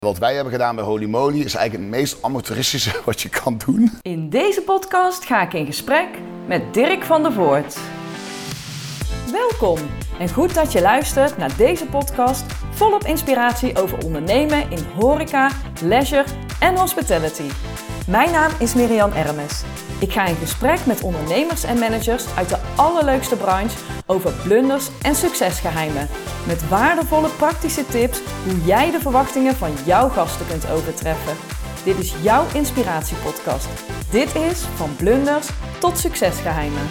Wat wij hebben gedaan bij Holy Moly is eigenlijk het meest amateuristische wat je kan doen. In deze podcast ga ik in gesprek met Dirk van der Voort. Welkom en goed dat je luistert naar deze podcast volop inspiratie over ondernemen in horeca, leisure en hospitality. Mijn naam is Miriam Ermes. Ik ga in gesprek met ondernemers en managers uit de allerleukste branche over blunders en succesgeheimen. Met waardevolle praktische tips hoe jij de verwachtingen van jouw gasten kunt overtreffen. Dit is jouw inspiratiepodcast. Dit is van blunders tot succesgeheimen.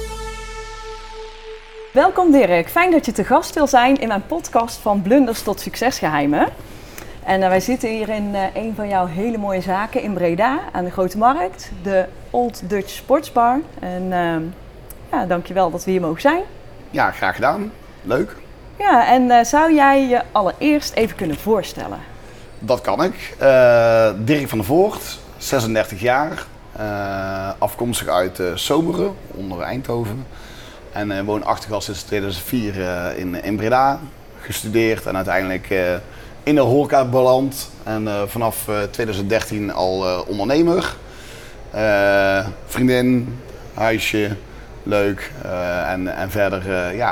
Welkom Dirk, fijn dat je te gast wil zijn in mijn podcast van blunders tot succesgeheimen. En wij zitten hier in een van jouw hele mooie zaken in Breda aan de Grote Markt, de Old Dutch Sportsbar. En dankjewel dat we hier mogen zijn. Ja, graag gedaan. Leuk. Ja, en zou jij je allereerst even kunnen voorstellen? Dat kan ik. Dirk van der Voort, 36 jaar, afkomstig uit Zomeren, onder Eindhoven. En woonachtig al sinds 2004 in Breda, gestudeerd en uiteindelijk in de horeca beland. En vanaf 2013 al ondernemer. Vriendin, huisje, leuk. En verder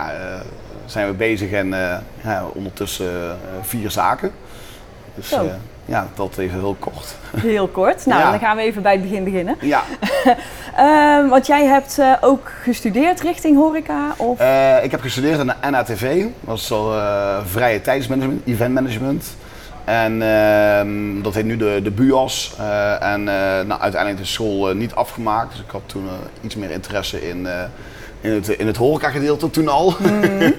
zijn we bezig en ondertussen 4 zaken. Dus dat even heel kort. Heel kort. Nou, dan gaan we even bij het begin beginnen. Ja. Want jij hebt ook gestudeerd richting horeca? Of? Ik heb gestudeerd aan de NATV. Dat is al vrije tijdsmanagement, eventmanagement. En dat heet nu de BUAS. Uiteindelijk de school niet afgemaakt. Dus ik had toen iets meer interesse in het horecagedeelte toen al. Mm.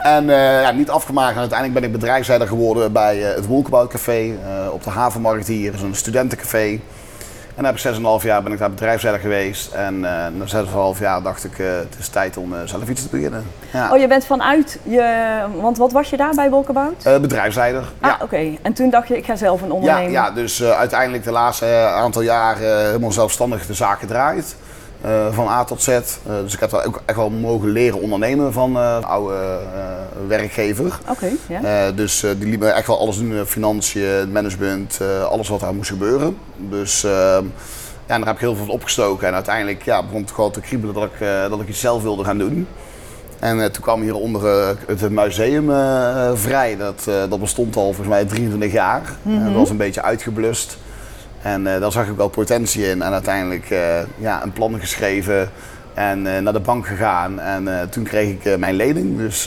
En niet afgemaakt. En uiteindelijk ben ik bedrijfsleider geworden bij het Wolkenboutcafé op de Havenmarkt hier. Dat is een studentencafé. En heb ik 6,5 jaar ben ik daar bedrijfsleider geweest. En na 6,5 jaar dacht ik, het is tijd om zelf iets te beginnen. Ja. Oh, je bent vanuit want wat was je daar bij Wolkenbout? Bedrijfsleider. Ja. Oké. En toen dacht je, ik ga zelf een ondernemen. Ja, dus uiteindelijk de laatste aantal jaar helemaal zelfstandig de zaak gedraaid. Van A tot Z. Dus ik heb daar ook echt wel mogen leren ondernemen van een oude werkgever. Oké, ja. Dus die liet me echt wel alles doen, financiën, management, alles wat daar moest gebeuren. Dus daar heb ik heel veel van opgestoken. En uiteindelijk begon het gewoon te kriebelen dat ik iets zelf wilde gaan doen. En toen kwam hieronder het museum vrij. Dat bestond al volgens mij 23 jaar. Mm-hmm. Dat was een beetje uitgeblust. En daar zag ik wel potentie in en uiteindelijk een plan geschreven en naar de bank gegaan en toen kreeg ik mijn lening. Dus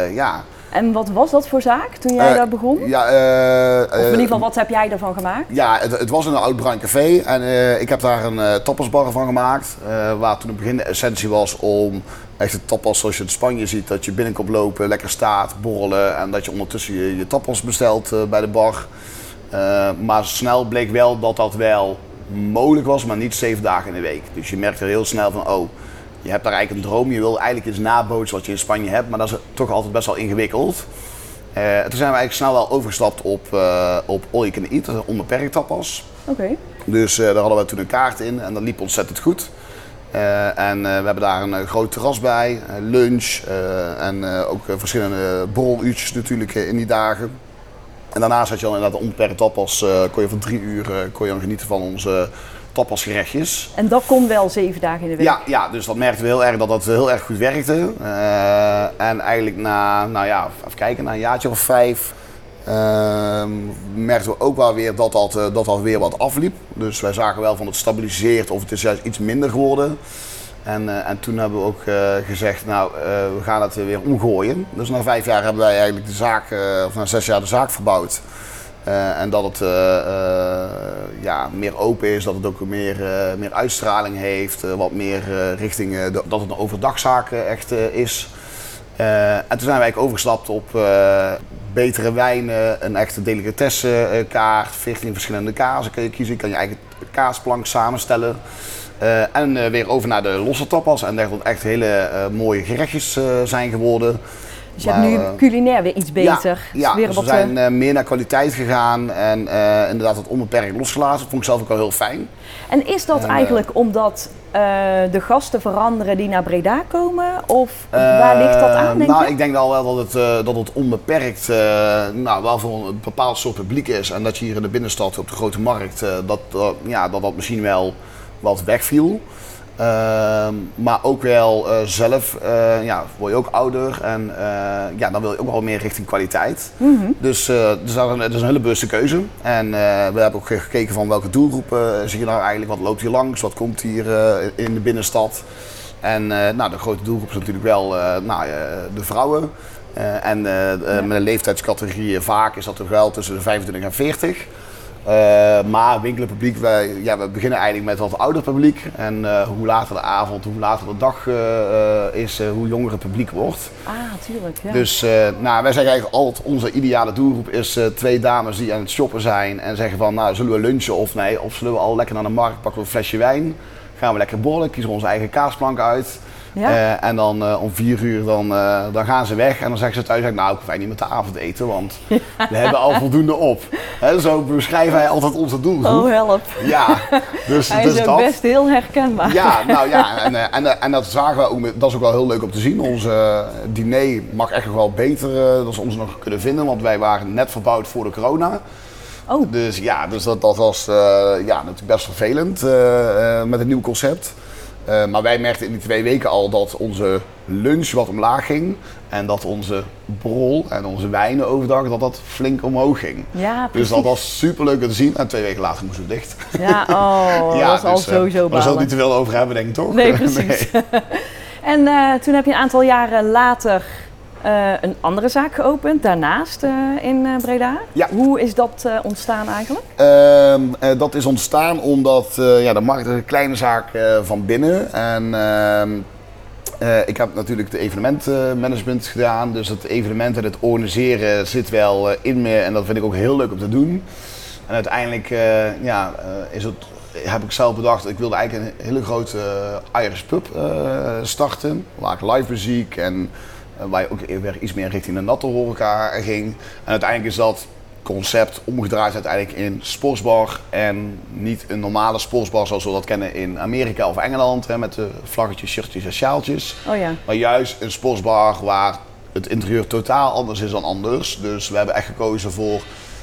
En wat was dat voor zaak toen jij daar begon? Of in ieder geval, wat heb jij ervan gemaakt? Ja, het was een oud bruin café en ik heb daar een tapasbar van gemaakt. Waar toen in het begin de essentie was om echt het tapas zoals je in Spanje ziet. Dat je binnenkomt lopen, lekker staat, borrelen en dat je ondertussen je tapas bestelt bij de bar. Maar snel bleek wel dat dat wel mogelijk was, maar niet 7 dagen in de week. Dus je merkte heel snel van, je hebt daar eigenlijk een droom. Je wil eigenlijk eens nabootsen wat je in Spanje hebt, maar dat is toch altijd best wel ingewikkeld. Toen zijn we eigenlijk snel wel overgestapt op all you can eat, onbeperkt tapas. Oké. Dus daar hadden we toen een kaart in en dat liep ontzettend goed. We hebben daar een groot terras bij, lunch en ook verschillende borreluurtjes natuurlijk in die dagen. En daarnaast had je al inderdaad onbeperkt tapas, kon je van 3 uur kon je dan genieten van onze tapasgerechtjes. En dat kon wel 7 dagen in de week? Ja, dus dat merkten we heel erg dat heel erg goed werkte. En eigenlijk na een jaartje of 5 merkten we ook wel weer dat weer wat afliep. Dus wij zagen wel van het stabiliseert of het is juist iets minder geworden. En toen hebben we ook gezegd, we gaan het weer omgooien. Dus na 5 jaar hebben wij eigenlijk de zaak, of na 6 jaar de zaak verbouwd. En dat het meer open is, dat het ook meer uitstraling heeft. Wat meer richting dat het een overdagzaak echt is. En toen zijn wij eigenlijk overgestapt op betere wijnen, een echte delicatessenkaart, 14 verschillende kazen kun je kiezen. Je kan je eigen kaasplank samenstellen. En weer over naar de losse tapas en dat echt hele mooie gerechtjes zijn geworden. Dus je hebt nu culinair weer iets beter. Ja, weer dus wat, we zijn meer naar kwaliteit gegaan en inderdaad het onbeperkt losgelaten. Dat vond ik zelf ook wel heel fijn. En is dat eigenlijk omdat de gasten veranderen die naar Breda komen? Of waar ligt dat aan, denk je? Ik denk al wel dat het onbeperkt wel voor een bepaald soort publiek is. En dat je hier in de binnenstad op de Grote Markt, dat misschien wel wat wegviel. Maar ook wel zelf word je ook ouder en dan wil je ook wel meer richting kwaliteit. Mm-hmm. Dus dat is een hele bewuste keuze. En we hebben ook gekeken van welke doelgroepen zie je nou eigenlijk, wat loopt hier langs, wat komt hier in de binnenstad. En de grote doelgroep is natuurlijk wel de vrouwen. Met een leeftijdscategorie vaak is dat toch wel tussen de 25 en 40. Maar winkelenpubliek, we beginnen eigenlijk met wat ouder publiek. En hoe later de avond, hoe later de dag is, hoe jonger het publiek wordt. Ah, tuurlijk. Ja. Dus wij zeggen eigenlijk altijd, onze ideale doelgroep is 2 dames die aan het shoppen zijn en zeggen van, nou, zullen we lunchen of nee? Of zullen we al lekker naar de markt, pakken we een flesje wijn, gaan we lekker borrelen, kiezen we onze eigen kaasplank uit. Ja. En dan om 4 uur dan gaan ze weg en dan zeggen ze thuis, nou, ik hoef eigenlijk niet meer te avondeten, want we hebben al voldoende op. Zo beschrijven wij altijd onze doelgroep. Oh, help. Ja, dus hij is ook best heel herkenbaar. Ja, en dat zagen we ook, dat is ook wel heel leuk om te zien. Onze diner mag echt nog wel beter dan ze ons nog kunnen vinden, want wij waren net verbouwd voor de corona. Oh. Dus dat was natuurlijk best vervelend met het nieuwe concept. Maar wij merkten in die 2 weken al dat onze lunch wat omlaag ging. En dat onze borrel en onze wijnen overdag, dat flink omhoog ging. Ja, dus dat was super leuk om te zien. En 2 weken later moesten we dicht. Ja, dat was al sowieso balen. Daar zal het niet te veel over hebben, denk ik toch? Nee, precies. Nee. En toen heb je een aantal jaren later een andere zaak geopend, daarnaast in Breda. Ja. Hoe is dat ontstaan eigenlijk? Dat is ontstaan omdat de markt is een kleine zaak van binnen. En ik heb natuurlijk de evenementmanagement gedaan. Dus het evenement en het organiseren zit wel in me. En dat vind ik ook heel leuk om te doen. En uiteindelijk heb ik zelf bedacht, ik wilde eigenlijk een hele grote Irish pub starten. Waar ik live muziek en waar je ook weer iets meer richting de natte horeca ging. En uiteindelijk is dat concept omgedraaid uiteindelijk in sportsbar. En niet een normale sportsbar zoals we dat kennen in Amerika of Engeland. Met de vlaggetjes, shirtjes en sjaaltjes. Oh ja. Maar juist een sportsbar waar het interieur totaal anders is dan anders. Dus we hebben echt gekozen voor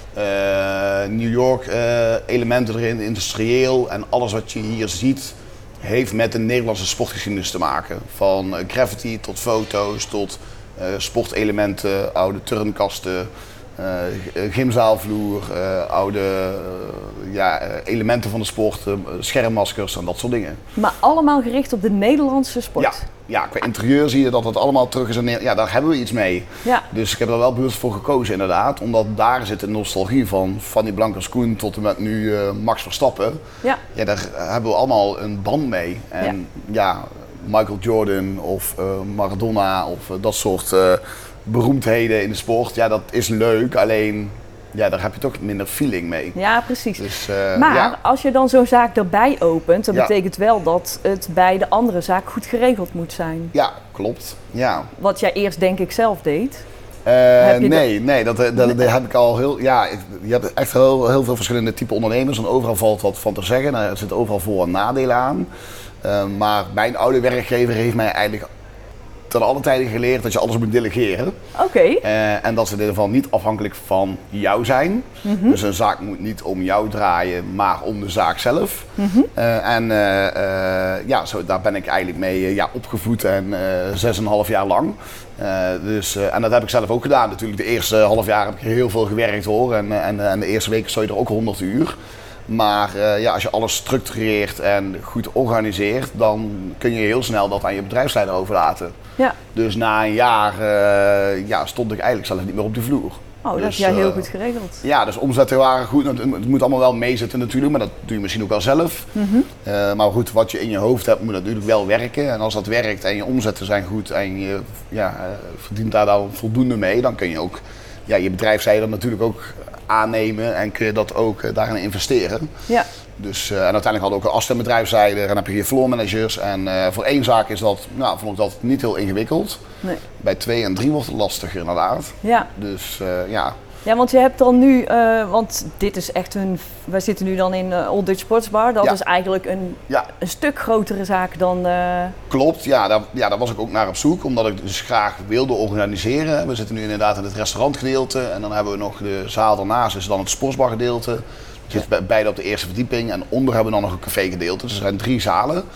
New York elementen erin, industrieel. En alles wat je hier ziet heeft met de Nederlandse sportgeschiedenis te maken. Van graffiti tot foto's, tot sportelementen, oude turnkasten, gymzaalvloer, oude elementen van de sport, schermmaskers en dat soort dingen. Maar allemaal gericht op de Nederlandse sport? Ja, qua interieur zie je dat het allemaal terug is in Nederland. Ja, daar hebben we iets mee. Ja. Dus ik heb er wel bewust voor gekozen inderdaad, omdat daar zit een nostalgie van Fanny Blankers-Koen tot en met nu Max Verstappen. Ja, daar hebben we allemaal een band mee. En Michael Jordan of Maradona of dat soort beroemdheden in de sport, dat is leuk, alleen daar heb je toch minder feeling mee. Ja, precies. Dus, maar als je dan zo'n zaak erbij opent, dat betekent wel dat het bij de andere zaak goed geregeld moet zijn. Ja, klopt. Ja. Wat jij eerst denk ik zelf deed. Nee, dat heb ik al heel. Ja, je hebt echt heel veel verschillende type ondernemers en overal valt wat van te zeggen. Er zit overal voor- en nadelen aan. Maar mijn oude werkgever heeft mij eigenlijk ten alle tijden geleerd dat je alles moet delegeren. Oké. En dat ze in ieder geval niet afhankelijk van jou zijn. Mm-hmm. Dus een zaak moet niet om jou draaien, maar om de zaak zelf. Mm-hmm. Daar ben ik eigenlijk mee opgevoed en 6,5 jaar lang. En dat heb ik zelf ook gedaan. Natuurlijk de eerste half jaar heb ik heel veel gewerkt hoor. En de eerste weken stond je er ook 100 uur. Maar als je alles structureert en goed organiseert, dan kun je heel snel dat aan je bedrijfsleider overlaten. Ja. Dus na een jaar stond ik eigenlijk zelf niet meer op de vloer. Oh, dat heb jij heel goed geregeld. Ja, dus omzetten waren goed. Het moet allemaal wel meezitten natuurlijk, maar dat doe je misschien ook wel zelf. Mm-hmm. Maar goed, wat je in je hoofd hebt moet natuurlijk wel werken. En als dat werkt en je omzetten zijn goed en je verdient daar dan voldoende mee, dan kun je ook je bedrijfsleider natuurlijk ook aannemen en kun je dat ook daarin investeren. Ja. Dus, en uiteindelijk hadden we ook een afstembedrijfszijde en dan heb je hier floor managers. En voor 1 zaak is dat, vond ik dat niet heel ingewikkeld. Nee. Bij 2 en 3 wordt het lastiger inderdaad. Ja. Dus Ja, want je hebt dan nu, want dit is echt wij zitten nu dan in Old Dutch Sports Bar. Dat is eigenlijk een stuk grotere zaak dan... Klopt, daar was ik ook naar op zoek, omdat ik dus graag wilde organiseren. We zitten nu inderdaad in het restaurantgedeelte en dan hebben we nog de zaal daarnaast, is dan het sportsbargedeelte. Je zit beide op de eerste verdieping en onder hebben we dan nog een cafégedeelte. Dus er zijn 3 zalen.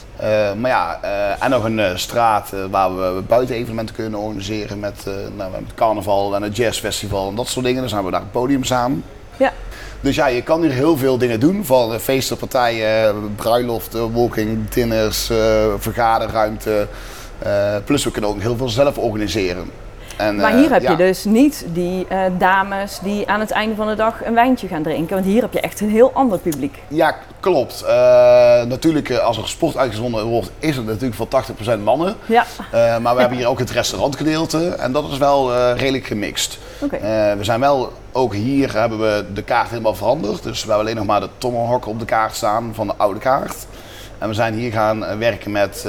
En nog een straat waar we buitenevenementen kunnen organiseren met carnaval en een jazzfestival en dat soort dingen. Dus dan hebben we daar een podium staan. Ja. Dus je kan hier heel veel dingen doen, van feesten, partijen, bruiloften, walking dinners, vergaderruimte. Plus we kunnen ook heel veel zelf organiseren. En, maar hier heb je dus niet die dames die aan het einde van de dag een wijntje gaan drinken. Want hier heb je echt een heel ander publiek. Ja, klopt. Natuurlijk, als er sport uitgezonden wordt, is het natuurlijk voor 80% mannen. Ja. Maar we hebben hier ook het restaurantgedeelte en dat is wel redelijk gemixt. Okay. We zijn wel, ook hier hebben we de kaart helemaal veranderd. Dus we hebben alleen nog maar de Tomahawk op de kaart staan van de oude kaart. En we zijn hier gaan werken met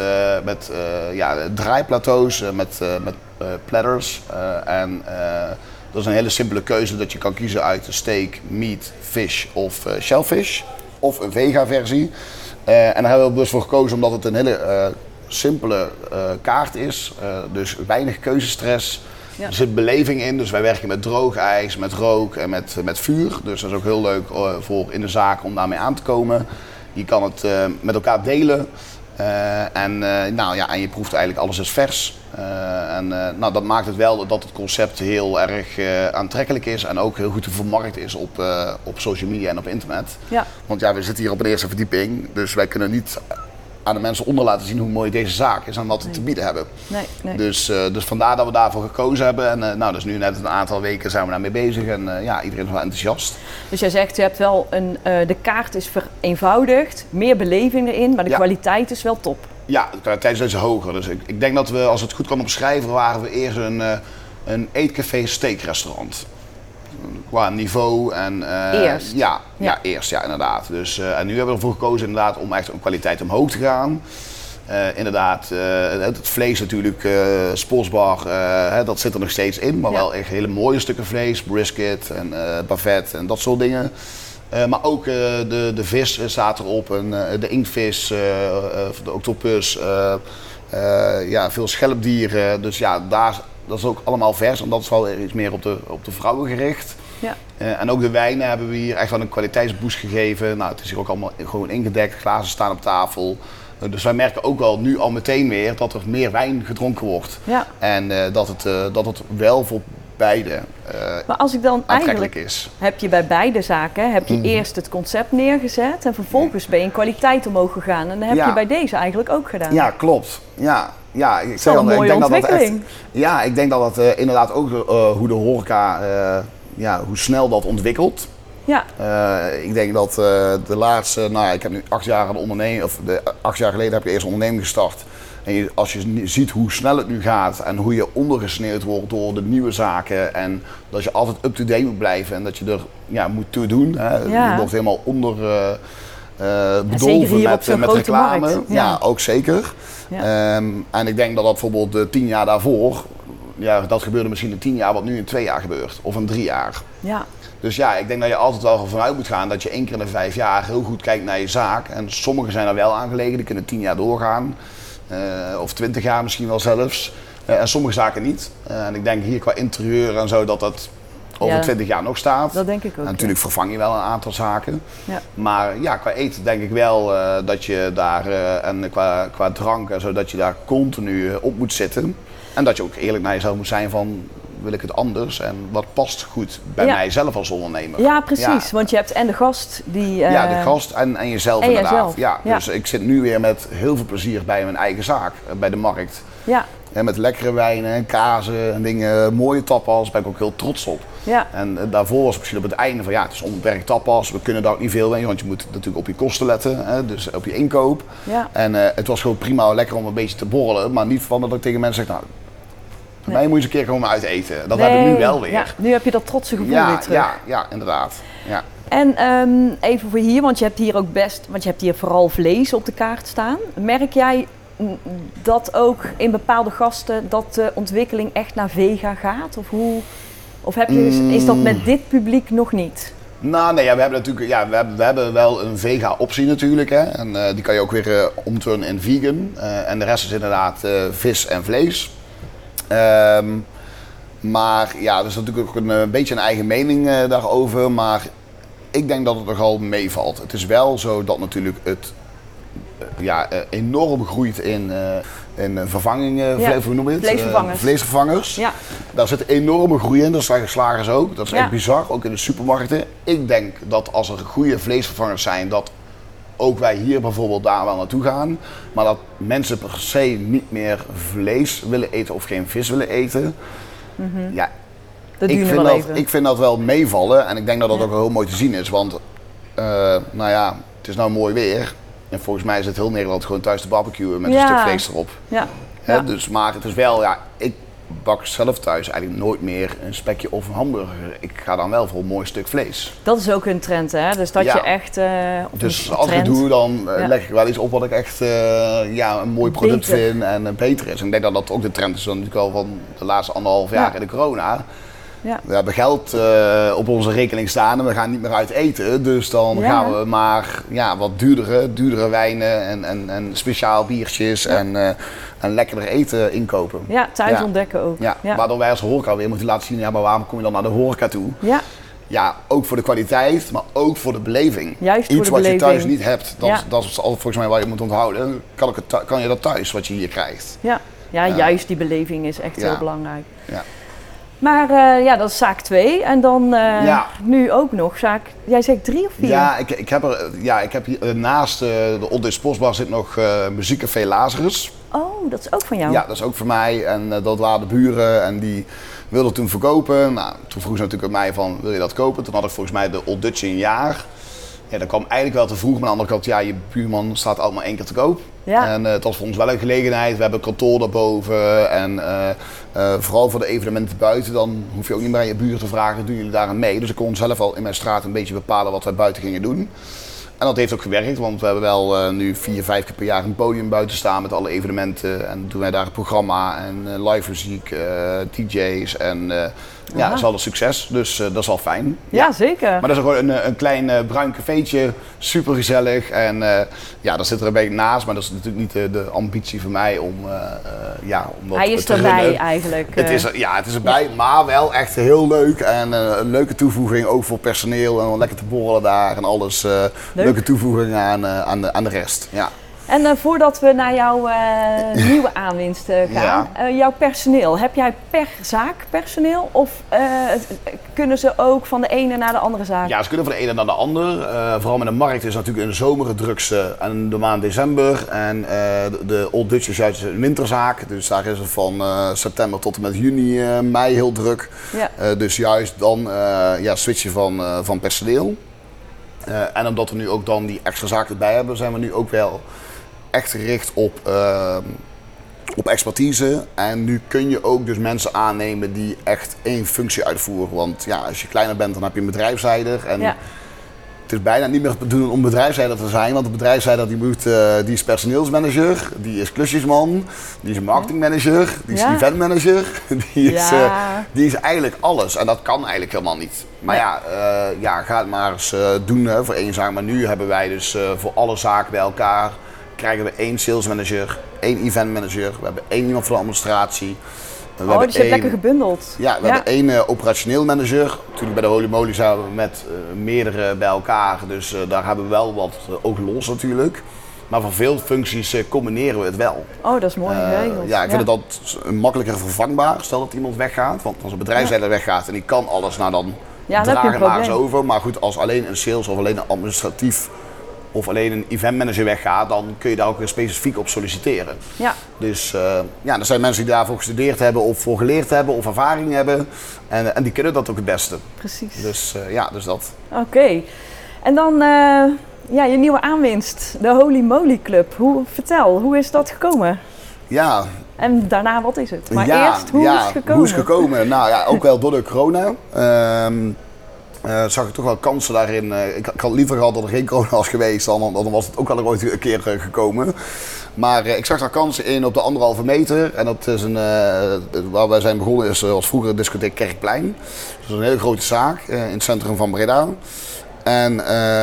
draaiplateaus, met platters. Dat is een hele simpele keuze dat je kan kiezen uit een steak, meat, fish of shellfish. Of een vega versie. En daar hebben we dus voor gekozen omdat het een hele simpele kaart is. Dus weinig keuzestress. Ja. Er zit beleving in, dus wij werken met droog ijs, met rook en met vuur. Dus dat is ook heel leuk voor in de zaak om daarmee aan te komen. Je kan het met elkaar delen en je proeft eigenlijk alles is vers. Dat maakt het wel dat het concept heel erg aantrekkelijk is en ook heel goed te vermarkten is op social media en op internet. Ja. Want we zitten hier op een eerste verdieping, dus wij kunnen niet aan de mensen onder laten zien hoe mooi deze zaak is en wat we te bieden hebben. Nee. Dus vandaar dat we daarvoor gekozen hebben. En dus nu net een aantal weken zijn we daarmee bezig en iedereen is wel enthousiast. Dus jij zegt, je hebt wel de kaart is vereenvoudigd, meer beleving erin, maar de kwaliteit is wel top. Ja, de kwaliteit is dus hoger. Dus ik denk dat we, als het goed kan omschrijven, waren we eerst een eetcafé steakrestaurant. Qua niveau en... eerst? Eerst, inderdaad. Dus, en nu hebben we ervoor gekozen inderdaad om echt een kwaliteit omhoog te gaan. Het vlees natuurlijk, sportsbar, dat zit er nog steeds in. Maar wel echt hele mooie stukken vlees, brisket en bavet en dat soort dingen. Maar ook de vis staat erop, de inktvis, de octopus, veel schelpdieren. Dus dat is ook allemaal vers, en dat is wel iets meer op de vrouwen gericht. Ja. En ook de wijnen hebben we hier echt wel een kwaliteitsboost gegeven. Het is hier ook allemaal gewoon ingedekt, glazen staan op tafel. Dus wij merken ook wel nu al meteen weer dat er meer wijn gedronken wordt. Ja. En dat het wel voor beide maar als ik dan aantrekkelijk is. Heb je bij beide zaken eerst het concept neergezet en vervolgens ben je in kwaliteit omhoog gegaan. En dat heb je bij deze eigenlijk ook gedaan. Ja, klopt. Ja, ik zeg een mooie ontwikkeling. Ik denk dat dat inderdaad ook hoe de horeca, hoe snel dat ontwikkelt. Ja. Ik denk dat de laatste, ik heb nu 8 jaar aan onderneming, 8 jaar geleden heb ik eerst een onderneming gestart. En als je ziet hoe snel het nu gaat en hoe je ondergesneeuwd wordt door de nieuwe zaken en dat je altijd up-to-date moet blijven en dat je er moet toe doen. Hè. Ja. Je wordt helemaal bedolven met reclame. Ja, ook zeker. Ja. En ik denk dat bijvoorbeeld 10 jaar daarvoor, dat gebeurde misschien in 10 jaar wat nu in 2 jaar gebeurt of in 3 jaar. Ja. Dus ik denk dat je altijd wel vanuit moet gaan dat je 1 keer in de 5 jaar heel goed kijkt naar je zaak. En sommigen zijn er wel aangelegen, die kunnen 10 jaar doorgaan. Of 20 jaar misschien wel zelfs. En sommige zaken niet. En ik denk hier qua interieur en zo dat over 20 jaar nog staat. Dat denk ik ook. En natuurlijk vervang je wel een aantal zaken. Ja. Maar qua eten denk ik wel dat je daar, en qua drank en zo, dat je daar continu op moet zitten. En dat je ook eerlijk naar jezelf moet zijn van, wil ik het anders en wat past goed bij mijzelf als ondernemer. Ja, precies. Want je hebt en de gast die... de gast en jezelf inderdaad. Jezelf. Ja. Dus ik zit nu weer met heel veel plezier bij mijn eigen zaak, bij de markt. Ja. En met lekkere wijnen, kazen en dingen, mooie tapas, daar ben ik ook heel trots op. Ja. En daarvoor was het misschien op het einde van, het is onbeperkt tapas, we kunnen daar ook niet veel mee, want je moet natuurlijk op je kosten letten, dus op je inkoop. Ja. En het was gewoon prima lekker om een beetje te borrelen, maar niet van dat ik tegen mensen zeg, Bij mij moet je eens een keer komen uit eten. Dat heb ik nu wel weer. Ja, nu heb je dat trotse gevoel weer terug. Ja, inderdaad. Ja. En even voor hier, want je hebt hier ook want je hebt hier vooral vlees op de kaart staan. Merk jij dat ook in bepaalde gasten dat de ontwikkeling echt naar vega gaat? Of is dat met dit publiek nog niet? Nou, nee, we hebben natuurlijk, we hebben wel een vega-optie natuurlijk, hè. En die kan je ook weer omturnen in vegan. En de rest is inderdaad vis en vlees. Maar ja, er is natuurlijk ook een beetje een eigen mening daarover. Maar ik denk dat het nogal meevalt. Het is wel zo dat natuurlijk het enorm groeit in vervangingen, hoe noem je het? Vleesvervangers. Ja. Daar zit enorme groei in, dat zeggen slagers ook. Dat is echt bizar, ook in de supermarkten. Ik denk dat als er goede vleesvervangers zijn, dat ook wij hier bijvoorbeeld daar wel naartoe gaan. Maar dat mensen per se niet meer vlees willen eten of geen vis willen eten. Mm-hmm. Ja, ik vind dat wel meevallen en ik denk dat dat ook heel mooi te zien is. Want het is nou mooi weer. En volgens mij is het heel Nederland gewoon thuis te barbecuen met een stuk vlees erop. Ja. Dus, maar het is wel, ik bak zelf thuis eigenlijk nooit meer een spekje of een hamburger. Ik ga dan wel voor een mooi stuk vlees. Dat is ook een trend, hè? Dus dat je echt... dus als ik het doe, dan leg ik wel iets op wat ik echt een mooi product vind en beter is. En ik denk dat dat ook de trend is dan natuurlijk al van de laatste 1,5 jaar in de corona. Ja. We hebben geld op onze rekening staan en we gaan niet meer uit eten. Dus dan gaan we maar wat duurdere wijnen en speciaal biertjes en lekkerder eten inkopen. Ja, thuis ontdekken ook. Ja. Waardoor wij als horeca weer moeten laten zien, maar waarom kom je dan naar de horeca toe? Ja. Ja, ook voor de kwaliteit, maar ook voor de beleving. Juist iets voor de wat beleving. Je thuis niet hebt, dat is volgens mij waar je moet onthouden. Kan je dat thuis, wat je hier krijgt. Ja, juist die beleving is echt heel belangrijk. Ja. Maar dat is zaak 2 en dan nu ook nog zaak, jij zegt 3 of 4? Ja, ik heb hier naast de Old Days Postbar zit nog Muziekcafé Lazarus. Oh, dat is ook van jou? Ja, dat is ook van mij en dat waren de buren en die wilden toen verkopen. Nou, toen vroeg ze natuurlijk aan mij van, wil je dat kopen? Toen had ik volgens mij de Old Dutch een jaar. Ja, dat kwam eigenlijk wel te vroeg, maar aan de andere kant, je buurman staat altijd maar 1 keer te koop. Ja. En het was voor ons wel een gelegenheid. We hebben een kantoor daarboven en vooral voor de evenementen buiten, dan hoef je ook niet meer aan je buren te vragen, doen jullie daar aan mee? Dus ik kon zelf al in mijn straat een beetje bepalen wat wij buiten gingen doen. En dat heeft ook gewerkt, want we hebben wel nu 4-5 keer per jaar een podium buiten staan met alle evenementen. En doen wij daar een programma en live muziek, DJ's en dat is wel een succes. Dus dat is wel fijn. Ja, zeker. Maar dat is ook gewoon een klein bruin cafeetje, super gezellig. En dat zit er een beetje naast, maar dat is natuurlijk niet de ambitie voor mij om dat Hij is te erbij runnen. Eigenlijk. Het is erbij, maar wel echt heel leuk. En een leuke toevoeging ook voor personeel en lekker te borrelen daar en alles. Leuke toevoeging aan de rest. Ja. En voordat we naar jouw nieuwe aanwinst gaan, jouw personeel. Heb jij per zaak personeel of kunnen ze ook van de ene naar de andere zaak? Ja, ze kunnen van de ene naar de ander. Vooral met de markt is natuurlijk in de zomer het drukste en de maand december. En de Old Dutch is juist een winterzaak. Dus daar is het van september tot en met juni, mei heel druk. Ja. Dus juist dan switchen van personeel. En omdat we nu ook dan die extra zaken erbij hebben, zijn we nu ook wel echt gericht op expertise. En nu kun je ook dus mensen aannemen die echt één functie uitvoeren. Want als je kleiner bent, dan heb je een bedrijfsleider. En het is bijna niet meer te doen om bedrijfsleider te zijn. Want de bedrijfsleider die is personeelsmanager, die is klusjesman, die is marketingmanager, die is eventmanager. Die is eigenlijk alles. En dat kan eigenlijk helemaal niet. Maar ga het maar eens doen voor één zaak. Maar nu hebben wij dus voor alle zaken bij elkaar krijgen we 1 salesmanager, 1 eventmanager, we hebben 1 iemand voor de administratie. Dus je hebt lekker gebundeld. Ja, we hebben 1 operationeel manager. Natuurlijk bij de Holy Moly zijn we met meerdere bij elkaar, dus daar hebben we wel wat ook los natuurlijk. Maar voor veel functies combineren we het wel. Oh, dat is mooi geregeld. Ik vind dat makkelijker vervangbaar. Stel dat iemand weggaat, want als een bedrijfsleider weggaat en die kan alles, nou dan dragen we maar eens over. Maar goed, als alleen een sales of alleen een administratief of alleen een eventmanager weggaat, dan kun je daar ook specifiek op solliciteren. Ja. Dus er zijn mensen die daarvoor gestudeerd hebben of voor geleerd hebben of ervaring hebben. En die kunnen dat ook het beste. Precies. Dus dat. Oké. En dan je nieuwe aanwinst, de Holy Moly Club. Vertel, hoe is dat gekomen? Ja, En daarna, wat is het? Maar eerst, hoe is het gekomen? Hoe is het gekomen? Nou ja, ook wel door de corona. Zag ik toch wel kansen daarin. Ik had liever gehad dat er geen corona was geweest, dan was het ook wel ooit een keer gekomen. Maar ik zag daar kansen in op de 1,5 meter. En dat is waar wij zijn begonnen was vroeger de discotheek Kerkplein. Dus dat is een hele grote zaak in het centrum van Breda. En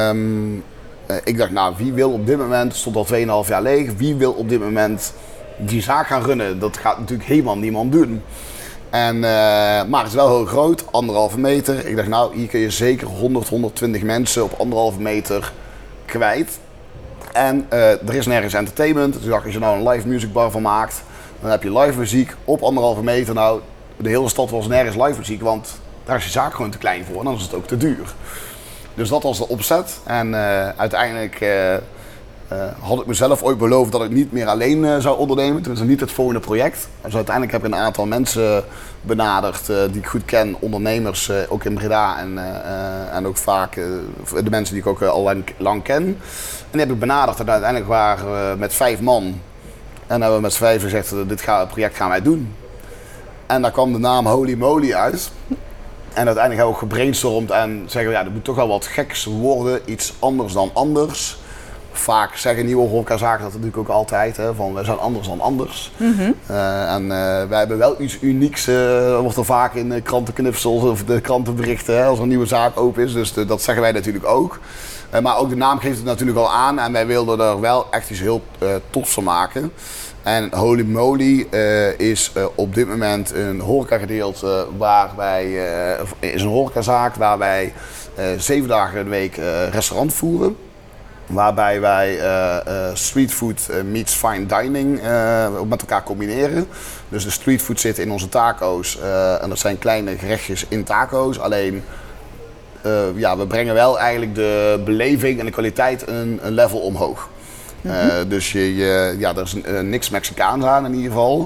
ik dacht, nou, wie wil op dit moment, stond al 2,5 jaar leeg, wie wil op dit moment die zaak gaan runnen? Dat gaat natuurlijk helemaal niemand doen. Maar het is wel heel groot, 1,5 meter. Ik dacht, nou, hier kun je zeker 120 mensen op 1,5 meter kwijt. En er is nergens entertainment. Dus ik dacht, als je nou een live music bar van maakt, dan heb je live muziek op 1,5 meter. Nou, de hele stad was nergens live muziek, want daar is je zaak gewoon te klein voor en dan is het ook te duur. Dus dat was de opzet. En uiteindelijk had ik mezelf ooit beloofd dat ik niet meer alleen zou ondernemen. Toen is het niet het volgende project. Dus uiteindelijk heb ik een aantal mensen benaderd die ik goed ken, ondernemers ook in Breda en ook vaak de mensen die ik ook al lang ken. En die heb ik benaderd en uiteindelijk waren we met 5 man. En hebben we met z'n 5 gezegd, dit project gaan wij doen. En daar kwam de naam Holy Moly uit. En uiteindelijk hebben we ook gebrainstormd en zeggen we, ja, er moet toch wel wat geks worden, iets anders dan anders. Vaak zeggen nieuwe horecazaken dat natuurlijk ook altijd, hè, van we zijn anders dan anders. Mm-hmm. Wij hebben wel iets unieks, wordt er vaak in de krantenknipsels of de krantenberichten, hè, als er een nieuwe zaak open is. Dus dat zeggen wij natuurlijk ook. Maar ook de naam geeft het natuurlijk al aan en wij wilden er wel echt iets heel tofs van maken. En Holy Moly is op dit moment een horecagedeelte is een horecazaak waar wij 7 dagen in de week restaurant voeren. Waarbij wij streetfood meets fine dining met elkaar combineren. Dus de streetfood zit in onze taco's en dat zijn kleine gerechtjes in taco's. Alleen we brengen wel eigenlijk de beleving en de kwaliteit een level omhoog. Mm-hmm. Dus er is niks Mexicaans aan in ieder geval.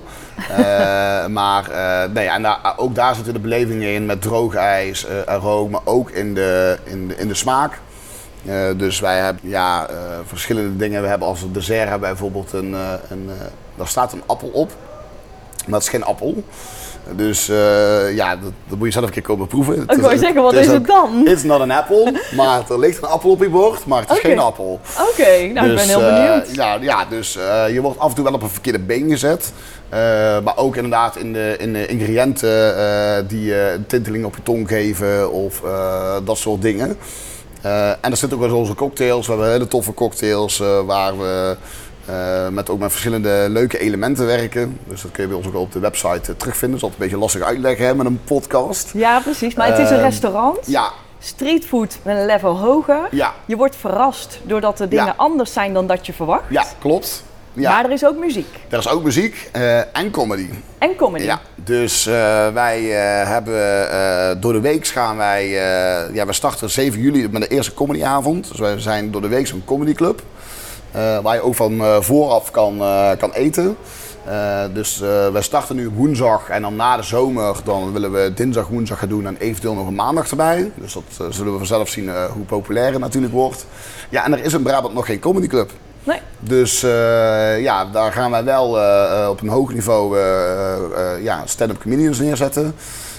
Ook daar zitten de belevingen in met droog ijs, aroma, ook in de smaak. Dus wij hebben verschillende dingen. We hebben als dessert hebben wij bijvoorbeeld daar staat een appel op, maar het is geen appel. Dus dat moet je zelf een keer komen proeven. Ik wou zeggen, wat is het dan? It's not an apple, maar er ligt een appel op je bord, maar het is geen appel. Oké, nou ik ben heel benieuwd. Dus je wordt af en toe wel op een verkeerde been gezet. Maar ook inderdaad in de ingrediënten die een tinteling op je tong geven of dat soort dingen. En er zitten ook wel onze cocktails. We hebben hele toffe cocktails waar we met verschillende leuke elementen werken. Dus dat kun je bij ons ook op de website terugvinden. Dat is altijd een beetje lastig uitleggen hè, met een podcast. Ja, precies. Maar het is een restaurant. Ja. Streetfood met een level hoger. Ja. Je wordt verrast doordat de dingen anders zijn dan dat je verwacht. Ja, klopt. Ja. Maar er is ook muziek. Er is ook muziek en comedy. En comedy. Ja, dus wij hebben door de week gaan wij... we starten 7 juli met de eerste comedyavond. Dus wij zijn door de week zo'n comedyclub. Waar je ook van vooraf kan eten. Dus wij starten nu woensdag en dan na de zomer dan willen we dinsdag, woensdag gaan doen en eventueel nog een maandag erbij. Dus dat zullen we vanzelf zien hoe populair het natuurlijk wordt. Ja, en er is in Brabant nog geen comedyclub. Nee. Dus daar gaan wij wel op een hoog niveau stand-up comedians neerzetten.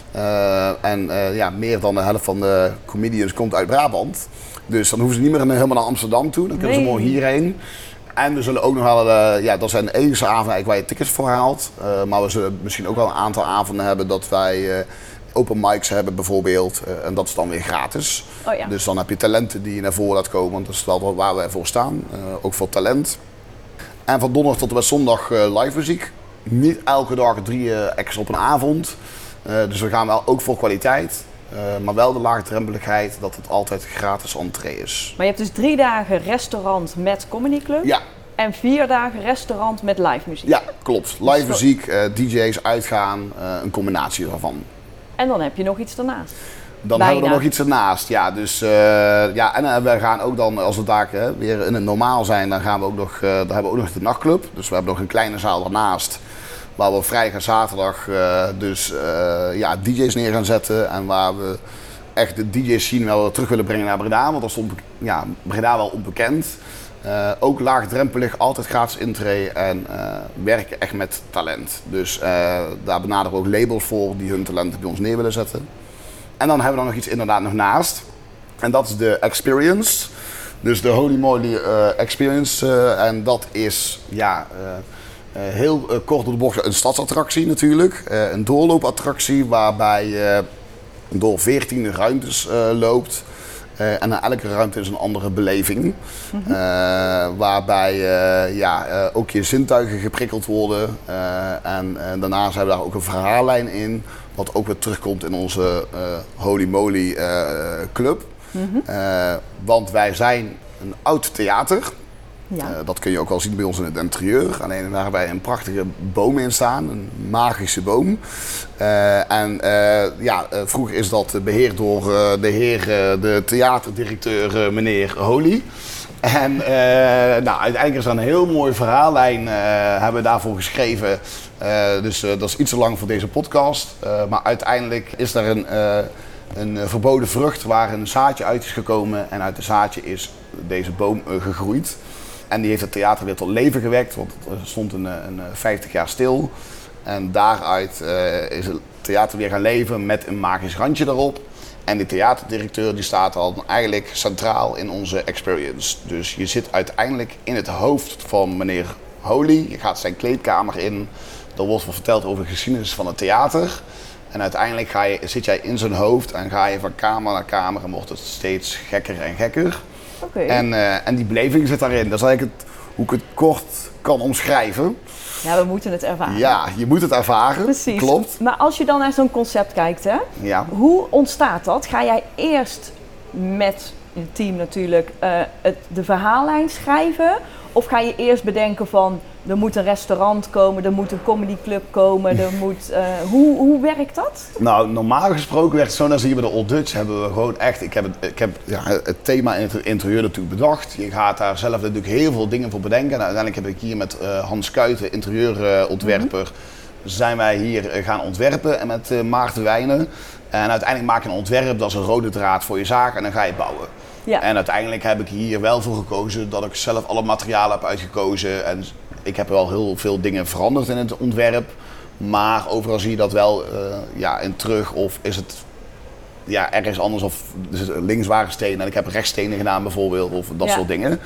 Meer dan de helft van de comedians komt uit Brabant. Dus dan hoeven ze niet meer helemaal naar Amsterdam toe, dan kunnen ze mooi hierheen. En we zullen ook nog wel, dat zijn de enige avonden waar je tickets voor haalt. Maar we zullen misschien ook wel een aantal avonden hebben dat wij open mics hebben bijvoorbeeld. En dat is dan weer gratis. Oh ja. Dus dan heb je talenten die je naar voren laat komen, want dat is wel waar we voor staan. Ook voor talent. En van donderdag tot en met zondag live muziek. Niet elke dag 3 acts op een avond. Dus we gaan wel ook voor kwaliteit. Maar wel de laagdrempeligheid dat het altijd gratis entree is. Maar je hebt dus 3 dagen restaurant met comedyclub. Ja. En 4 dagen restaurant met live muziek. Ja, klopt. Live muziek, DJ's, uitgaan, een combinatie daarvan. En dan heb je nog iets daarnaast. Dan hebben we er nog iets ernaast. Ja, dus en we gaan ook dan, als we daar weer in het normaal zijn, dan gaan we ook nog, dan hebben we ook nog de nachtclub. Dus we hebben nog een kleine zaal daarnaast. Waar we vrijdag en zaterdag DJ's neer gaan zetten. En waar we echt de DJ's zien wel terug willen brengen naar Breda. Want daar stond Breda wel onbekend. Ook laagdrempelig, altijd gratis intree en werken echt met talent. Dus daar benaderen we ook labels voor die hun talenten bij ons neer willen zetten. En dan hebben we nog iets inderdaad nog naast. En dat is de experience. Dus de Holy Moly experience. En dat is heel kort door de bocht een stadsattractie natuurlijk. Een doorloopattractie waarbij je door 14 ruimtes loopt. En na elke ruimte is een andere beleving. Waarbij ook je zintuigen geprikkeld worden. En daarnaast hebben we daar ook een verhaallijn in. Wat ook weer terugkomt in onze Holy Moly club. Want wij zijn een oud theater. Ja. Dat kun je ook wel zien bij ons in het interieur. Alleen daar hebben wij een prachtige boom in staan, een magische boom. Vroeger is dat beheerd door de theaterdirecteur meneer Holy. En uiteindelijk is er een heel mooi verhaallijn hebben we daarvoor geschreven. Dus dat is iets te lang voor deze podcast. Maar uiteindelijk is er een verboden vrucht waar een zaadje uit is gekomen. En uit het zaadje is deze boom gegroeid. En die heeft het theater weer tot leven gewekt, want het stond een 50 jaar stil. En daaruit is het theater weer gaan leven met een magisch randje erop. En die theaterdirecteur die staat dan eigenlijk centraal in onze experience. Dus je zit uiteindelijk in het hoofd van meneer Holy. Je gaat zijn kleedkamer in. Er wordt verteld over de geschiedenis van het theater. En uiteindelijk zit jij in zijn hoofd en ga je van kamer naar kamer en wordt het steeds gekker en gekker. Okay. En die beleving zit daarin. Dat is eigenlijk hoe ik het kort kan omschrijven. Ja, we moeten het ervaren. Ja, je moet het ervaren. Precies. Klopt. Maar als je dan naar zo'n concept kijkt, hè? Ja. Hoe ontstaat dat? Ga jij eerst met je team natuurlijk de verhaallijn schrijven? Of ga je eerst bedenken van, er moet een restaurant komen, er moet een comedyclub komen, er moet... Hoe werkt dat? Nou, normaal gesproken werkt het zo, dat hier bij de Old Dutch hebben we gewoon echt... Ik heb het thema in het interieur natuurlijk bedacht. Je gaat daar zelf natuurlijk heel veel dingen voor bedenken. En uiteindelijk heb ik hier met Hans Kuijten, interieurontwerper, zijn wij hier gaan ontwerpen en met Maarten Wijnen. En uiteindelijk maak je een ontwerp, dat is een rode draad voor je zaak en dan ga je bouwen. Ja. En uiteindelijk heb ik hier wel voor gekozen dat ik zelf alle materialen heb uitgekozen. En ik heb wel heel veel dingen veranderd in het ontwerp. Maar overal zie je dat wel in terug. Of is het ergens anders. Of is het links waren stenen en ik heb rechtsstenen gedaan bijvoorbeeld. Of dat soort dingen.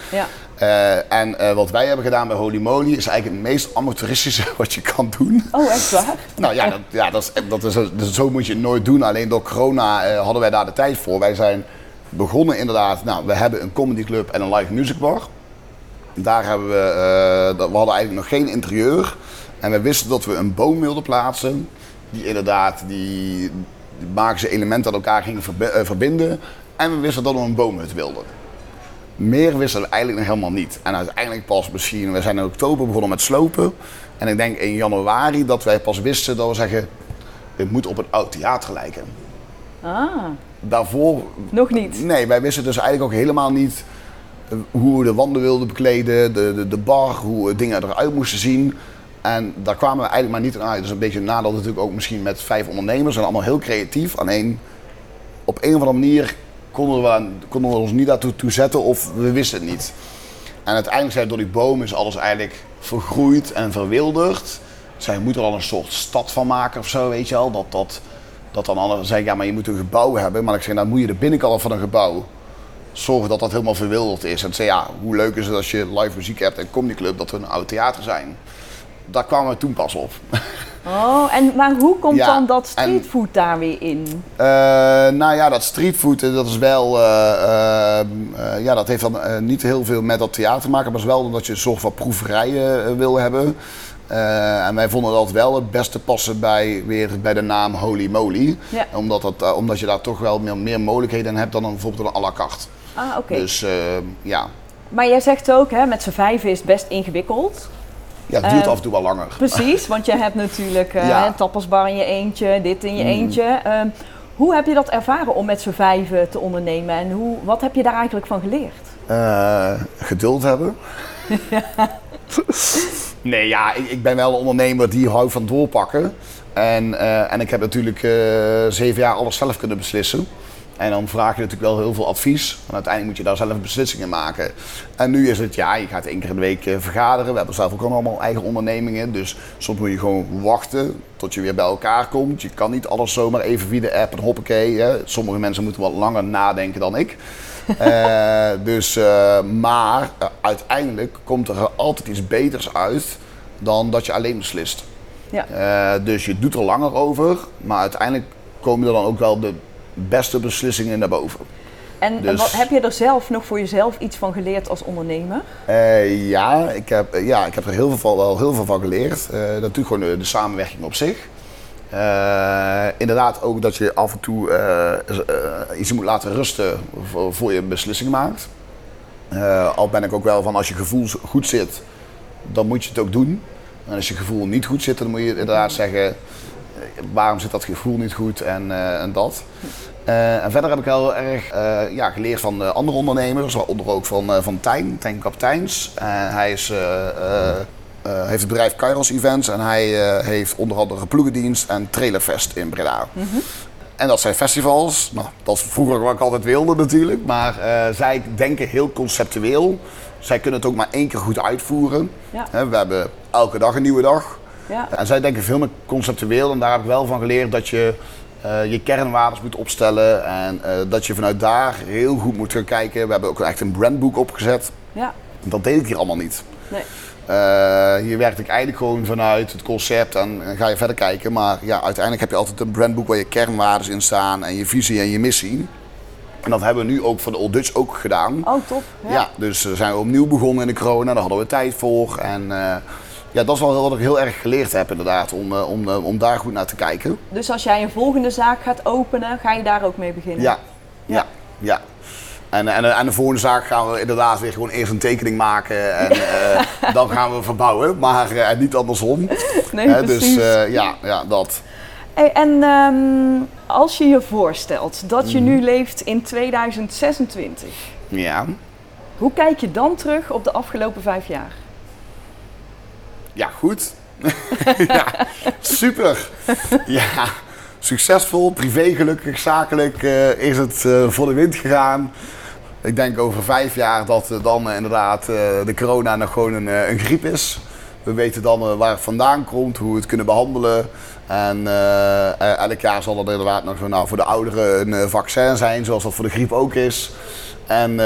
Ja. Wat wij hebben gedaan bij Holy Moly is eigenlijk het meest amateuristische wat je kan doen. Oh, echt waar? Nou ja, zo moet je het nooit doen. Alleen door corona hadden wij daar de tijd voor. Wij zijn begonnen inderdaad, we hebben een comedyclub en een live music bar. Daar hebben we hadden eigenlijk nog geen interieur. En we wisten dat we een boom wilden plaatsen. Die inderdaad die magische elementen aan elkaar gingen verbinden. En we wisten dat we een boomhut wilden. Meer wisten we eigenlijk nog helemaal niet. En uiteindelijk pas misschien, we zijn in oktober begonnen met slopen. En ik denk in januari dat wij pas wisten dat we zeggen, dit moet op een oud theater lijken. Ah. Daarvoor... Nog niet? Nee, wij wisten dus eigenlijk ook helemaal niet hoe we de wanden wilden bekleden, de bar, hoe dingen eruit moesten zien. En daar kwamen we eigenlijk maar niet in uit. Dus een beetje een nadeel natuurlijk ook misschien met 5 ondernemers. En allemaal heel creatief. Alleen op een of andere manier konden we ons niet daartoe zetten of we wisten het niet. En uiteindelijk zei door die boom is alles eigenlijk vergroeid en verwilderd. Zij moeten er al een soort stad van maken of zo, weet je wel. Dat dan anderen zeggen, ja maar je moet een gebouw hebben. Maar ik zeg, dan moet je de binnenkant van een gebouw zorgen dat dat helemaal verwilderd is. En zei, ja, hoe leuk is het als je live muziek hebt en comedyclub dat we een oud theater zijn. Daar kwamen we toen pas op. Oh, maar hoe komt dan dat streetfood daar weer in? Dat streetfood, dat is wel, dat heeft dan niet heel veel met dat theater te maken, maar het is wel omdat je een soort van proeverijen wil hebben. En wij vonden dat wel het beste passen bij de naam Holy Moly. Ja. Omdat je daar toch wel meer mogelijkheden in hebt dan bijvoorbeeld een à la carte. Ah, oké. Dus ja. Maar jij zegt ook, hè, met z'n 5 is het best ingewikkeld. Ja, het duurt af en toe wel langer. Precies, want je hebt natuurlijk een tapasbar in je eentje, dit in je eentje. Hoe heb je dat ervaren om met z'n 5 te ondernemen en wat heb je daar eigenlijk van geleerd? Geduld hebben. Nee, ja, ik ben wel een ondernemer die houdt van doorpakken. En ik heb natuurlijk 7 jaar alles zelf kunnen beslissen. En dan vraag je natuurlijk wel heel veel advies. En uiteindelijk moet je daar zelf beslissingen maken. En nu is het, je gaat 1 keer in de week vergaderen. We hebben zelf ook allemaal eigen ondernemingen. Dus soms moet je gewoon wachten tot je weer bij elkaar komt. Je kan niet alles zomaar even via de app en hoppakee. Hè. Sommige mensen moeten wat langer nadenken dan ik. Maar uiteindelijk komt er altijd iets beters uit dan dat je alleen beslist. Ja. Dus je doet er langer over, maar uiteindelijk komen er dan ook wel de beste beslissingen naar boven. En heb je er zelf nog voor jezelf iets van geleerd als ondernemer? Ik heb er heel veel van geleerd. Natuurlijk gewoon de samenwerking op zich. Inderdaad ook dat je af en toe iets moet laten rusten voor je een beslissing maakt. Al ben ik ook wel van als je gevoel goed zit, dan moet je het ook doen. En als je gevoel niet goed zit, dan moet je inderdaad zeggen waarom zit dat gevoel niet goed en dat. En verder heb ik heel erg geleerd van andere ondernemers, waaronder ook van Tijn Kapteins. Hij heeft het bedrijf Kairos Events en hij heeft onder andere Ploegendienst en Trailerfest in Breda. Mm-hmm. En dat zijn festivals. Nou, dat is vroeger wat ik altijd wilde natuurlijk, maar zij denken heel conceptueel. Zij kunnen het ook maar 1 keer goed uitvoeren. Ja. We hebben elke dag een nieuwe dag. Ja. En zij denken veel meer conceptueel en daar heb ik wel van geleerd dat je je kernwaardes moet opstellen en dat je vanuit daar heel goed moet gaan kijken. We hebben ook echt een brandboek opgezet. Ja. Dat deed ik hier allemaal niet. Nee. Hier werkte ik eigenlijk gewoon vanuit het concept en ga je verder kijken. Maar ja, uiteindelijk heb je altijd een brandboek waar je kernwaardes in staan en je visie en je missie. En dat hebben we nu ook voor de Old Dutch ook gedaan. Oh, top. Ja, dus zijn we opnieuw begonnen in de corona, daar hadden we tijd voor. En dat is wel wat ik heel erg geleerd heb inderdaad, om daar goed naar te kijken. Dus als jij een volgende zaak gaat openen, ga je daar ook mee beginnen? Ja. En de volgende zaak gaan we inderdaad weer gewoon eerst een tekening maken en dan gaan we verbouwen, maar niet andersom. Nee, precies. Dus dat. Hey, en als je je voorstelt dat je nu leeft in 2026, ja. Hoe kijk je dan terug op de afgelopen 5 jaar? Ja, goed. Ja, super. Ja, succesvol, privé gelukkig, zakelijk is het voor de wind gegaan. Ik denk over 5 jaar dat dan inderdaad de corona nog gewoon een griep is. We weten dan waar het vandaan komt, hoe we het kunnen behandelen. En elk jaar zal er inderdaad nog voor de ouderen een vaccin zijn, zoals dat voor de griep ook is. En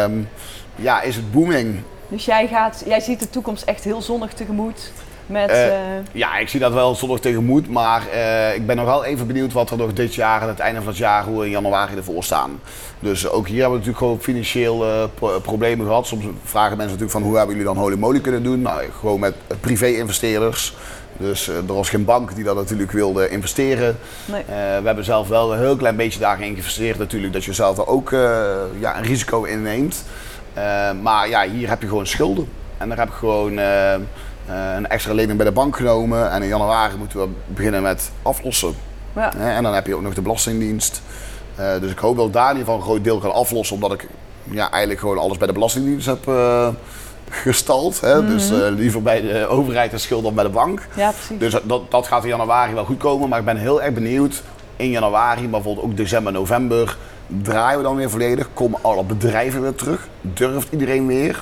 is het booming. Dus jij ziet de toekomst echt heel zonnig tegemoet? Ja, ik zie dat wel zonnig tegemoet, maar ik ben nog wel even benieuwd wat er nog dit jaar, aan het einde van het jaar, hoe we in januari ervoor staan. Dus ook hier hebben we natuurlijk gewoon financieel problemen gehad. Soms vragen mensen natuurlijk van hoe hebben jullie dan holy moly kunnen doen? Nou, gewoon met privé-investeerders. Dus er was geen bank die dat natuurlijk wilde investeren. Nee. We hebben zelf wel een heel klein beetje daarin geïnvesteerd natuurlijk, dat je zelf er ook een risico inneemt. Maar ja, hier heb je gewoon schulden. En daar heb ik gewoon een extra lening bij de bank genomen. En in januari moeten we beginnen met aflossen. Ja. En dan heb je ook nog de Belastingdienst. Dus ik hoop dat ik daar in ieder geval een groot deel kan aflossen. Omdat ik eigenlijk gewoon alles bij de Belastingdienst heb gestald. Hè? Mm-hmm. Dus liever bij de overheid een schuld dan bij de bank. Ja, precies. Dus dat gaat in januari wel goed komen. Maar ik ben heel erg benieuwd. In januari, maar bijvoorbeeld ook december, november. Draaien we dan weer volledig? Komen alle bedrijven weer terug? Durft iedereen weer?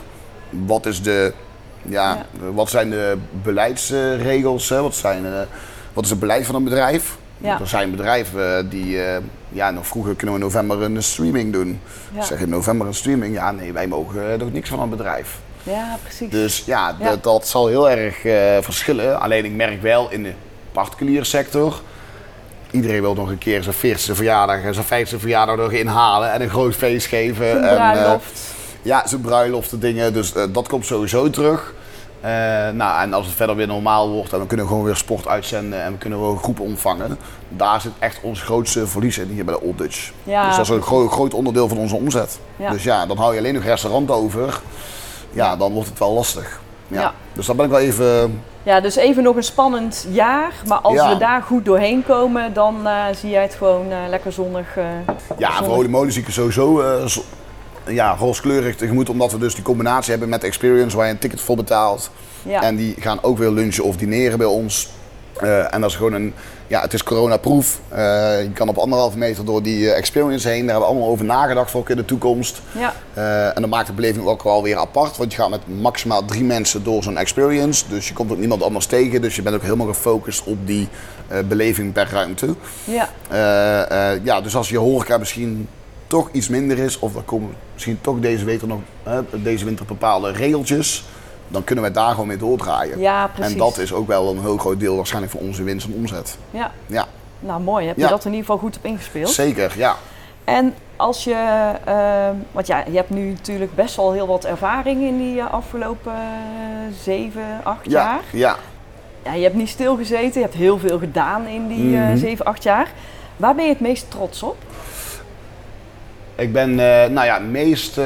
Wat zijn de beleidsregels? Hè? Wat is het beleid van een bedrijf? Ja. Er zijn bedrijven die, nog vroeger kunnen we in november een streaming doen. Ja. Zeg je in november een streaming? Ja, nee, wij mogen nog niks van een bedrijf. Ja, precies. Dus dat zal heel erg verschillen. Alleen ik merk wel in de particuliere sector, iedereen wil nog een keer zijn 40e verjaardag en zijn 50e verjaardag nog inhalen en een groot feest geven. Een bruiloft. Zijn bruiloften dingen, dus dat komt sowieso terug. En als het verder weer normaal wordt en we kunnen gewoon weer sport uitzenden en we kunnen gewoon groepen ontvangen. Daar zit echt ons grootste verlies in hier bij de Old Dutch. Ja, dus dat is een groot onderdeel van onze omzet. Ja. Dus dan hou je alleen nog restaurant over. Ja, dan wordt het wel lastig. Ja. Dus daar ben ik wel even... Ja, dus even nog een spannend jaar, maar als we daar goed doorheen komen, dan zie jij het gewoon lekker zonnig. Voor holy moly zie ik er sowieso rooskleurig tegemoet, omdat we dus die combinatie hebben met de experience waar je een ticket voor betaalt. Ja. En die gaan ook weer lunchen of dineren bij ons. En dat is gewoon het is coronaproof. Je kan op 1,5 meter door die experience heen. Daar hebben we allemaal over nagedacht voor ook in de toekomst. Ja. En dat maakt de beleving ook wel weer apart. Want je gaat met maximaal 3 mensen door zo'n experience. Dus je komt ook niemand anders tegen. Dus je bent ook helemaal gefocust op die beleving per ruimte. Ja. Dus als je horeca misschien toch iets minder is. Of er komen misschien toch deze winter bepaalde regeltjes. Dan kunnen wij daar gewoon mee doordraaien. Ja, precies. En dat is ook wel een heel groot deel waarschijnlijk van onze winst en omzet. Ja. Nou, mooi. Heb je dat in ieder geval goed op ingespeeld? Zeker, ja. En als je, want ja, je hebt nu natuurlijk best wel heel wat ervaring in die afgelopen 7, 8 jaar. Ja. Ja, je hebt niet stilgezeten, je hebt heel veel gedaan in die 7, 8 jaar. Waar ben je het meest trots op? Ik ben meest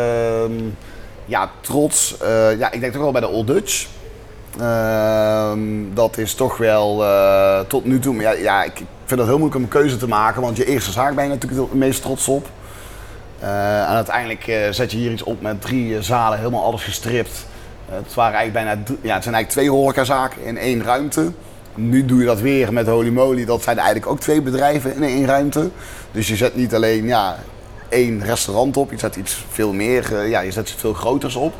trots. Ik denk toch wel bij de Old Dutch. Dat is toch wel tot nu toe. Maar ik vind het heel moeilijk om een keuze te maken, want je eerste zaak ben je natuurlijk het meest trots op. En uiteindelijk zet je hier iets op met 3 zalen, helemaal alles gestript. Het zijn eigenlijk 2 horecazaken in 1 ruimte. Nu doe je dat weer met Holy Moly. Dat zijn eigenlijk ook 2 bedrijven in 1 ruimte. Dus je zet niet alleen 1 restaurant op, je zet iets veel meer, je zet iets veel groters op.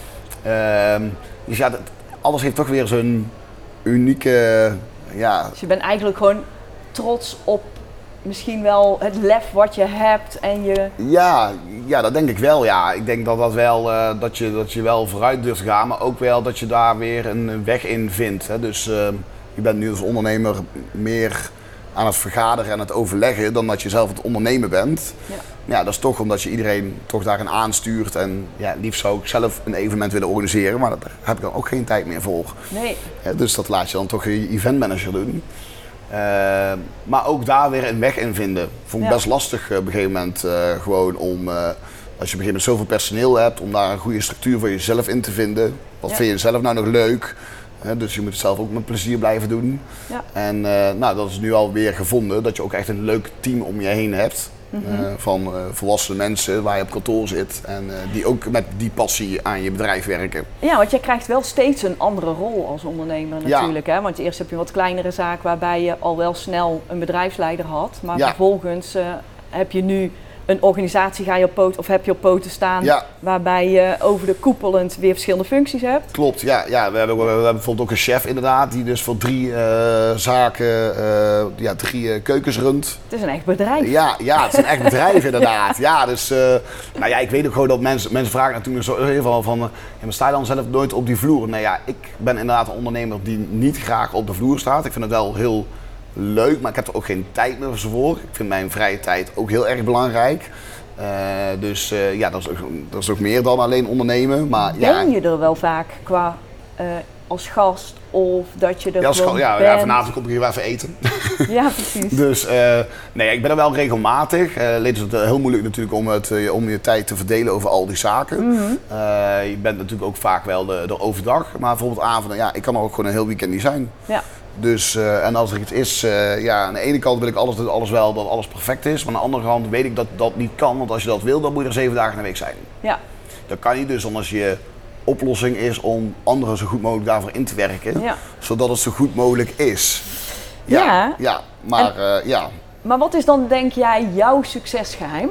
Dus alles heeft toch weer zo'n unieke, Dus je bent eigenlijk gewoon trots op misschien wel het lef wat je hebt en je... Ja, dat denk ik wel, ja. Ik denk dat wel, dat je wel vooruit durft te gaan, maar ook wel dat je daar weer een weg in vindt. Hè. Dus je bent nu als ondernemer meer aan het vergaderen en het overleggen dan dat je zelf het ondernemen bent. Ja, dat is toch omdat je iedereen toch daarin aanstuurt en liefst zou ik zelf een evenement willen organiseren, maar daar heb ik dan ook geen tijd meer voor. Nee. Dus dat laat je dan toch je eventmanager doen. Maar ook daar weer een weg in vinden. Vond ik best lastig op een gegeven moment gewoon om, als je op een gegeven moment zoveel personeel hebt, om daar een goede structuur voor jezelf in te vinden. Wat vind je zelf nou nog leuk? Dus je moet het zelf ook met plezier blijven doen. Ja. En dat is nu alweer gevonden, dat je ook echt een leuk team om je heen hebt. Van volwassen mensen waar je op kantoor zit en die ook met die passie aan je bedrijf werken. Ja, want jij krijgt wel steeds een andere rol als ondernemer natuurlijk. Hè? Want eerst heb je een wat kleinere zaak waarbij je al wel snel een bedrijfsleider had. Maar vervolgens heb je nu een organisatie heb je op poten staan waarbij je over de koepelend weer verschillende functies hebt. Klopt, ja. We hebben bijvoorbeeld ook een chef inderdaad die dus voor 3 zaken, 3 keukens runt. Het is een echt bedrijf. Ja, het is een echt bedrijf inderdaad. Ja, dus ik weet ook gewoon dat mensen vragen natuurlijk zo heel veel van, maar sta je dan zelf nooit op die vloer? Nee, ik ben inderdaad een ondernemer die niet graag op de vloer staat. Ik vind het wel heel leuk, maar ik heb er ook geen tijd meer voor. Ik vind mijn vrije tijd ook heel erg belangrijk. Dat is ook meer dan alleen ondernemen. Maar, ben je er wel vaak qua als gast of dat je er bent? Vanavond kom ik hier even eten. Ja, precies. Dus ik ben er wel regelmatig. Alleen is het heel moeilijk natuurlijk om je tijd te verdelen over al die zaken. Je bent natuurlijk ook vaak wel de overdag. Maar bijvoorbeeld avonden, ik kan er ook gewoon een heel weekend niet zijn. Ja. Dus, en als er iets is, aan de ene kant wil ik alles wel, dat alles perfect is. Maar aan de andere kant weet ik dat dat niet kan. Want als je dat wil, dan moet je er 7 dagen in de week zijn. Ja. Dat kan niet dus, als je oplossing is om anderen zo goed mogelijk daarvoor in te werken. Ja. Zodat het zo goed mogelijk is. Maar wat is dan, denk jij, jouw succesgeheim?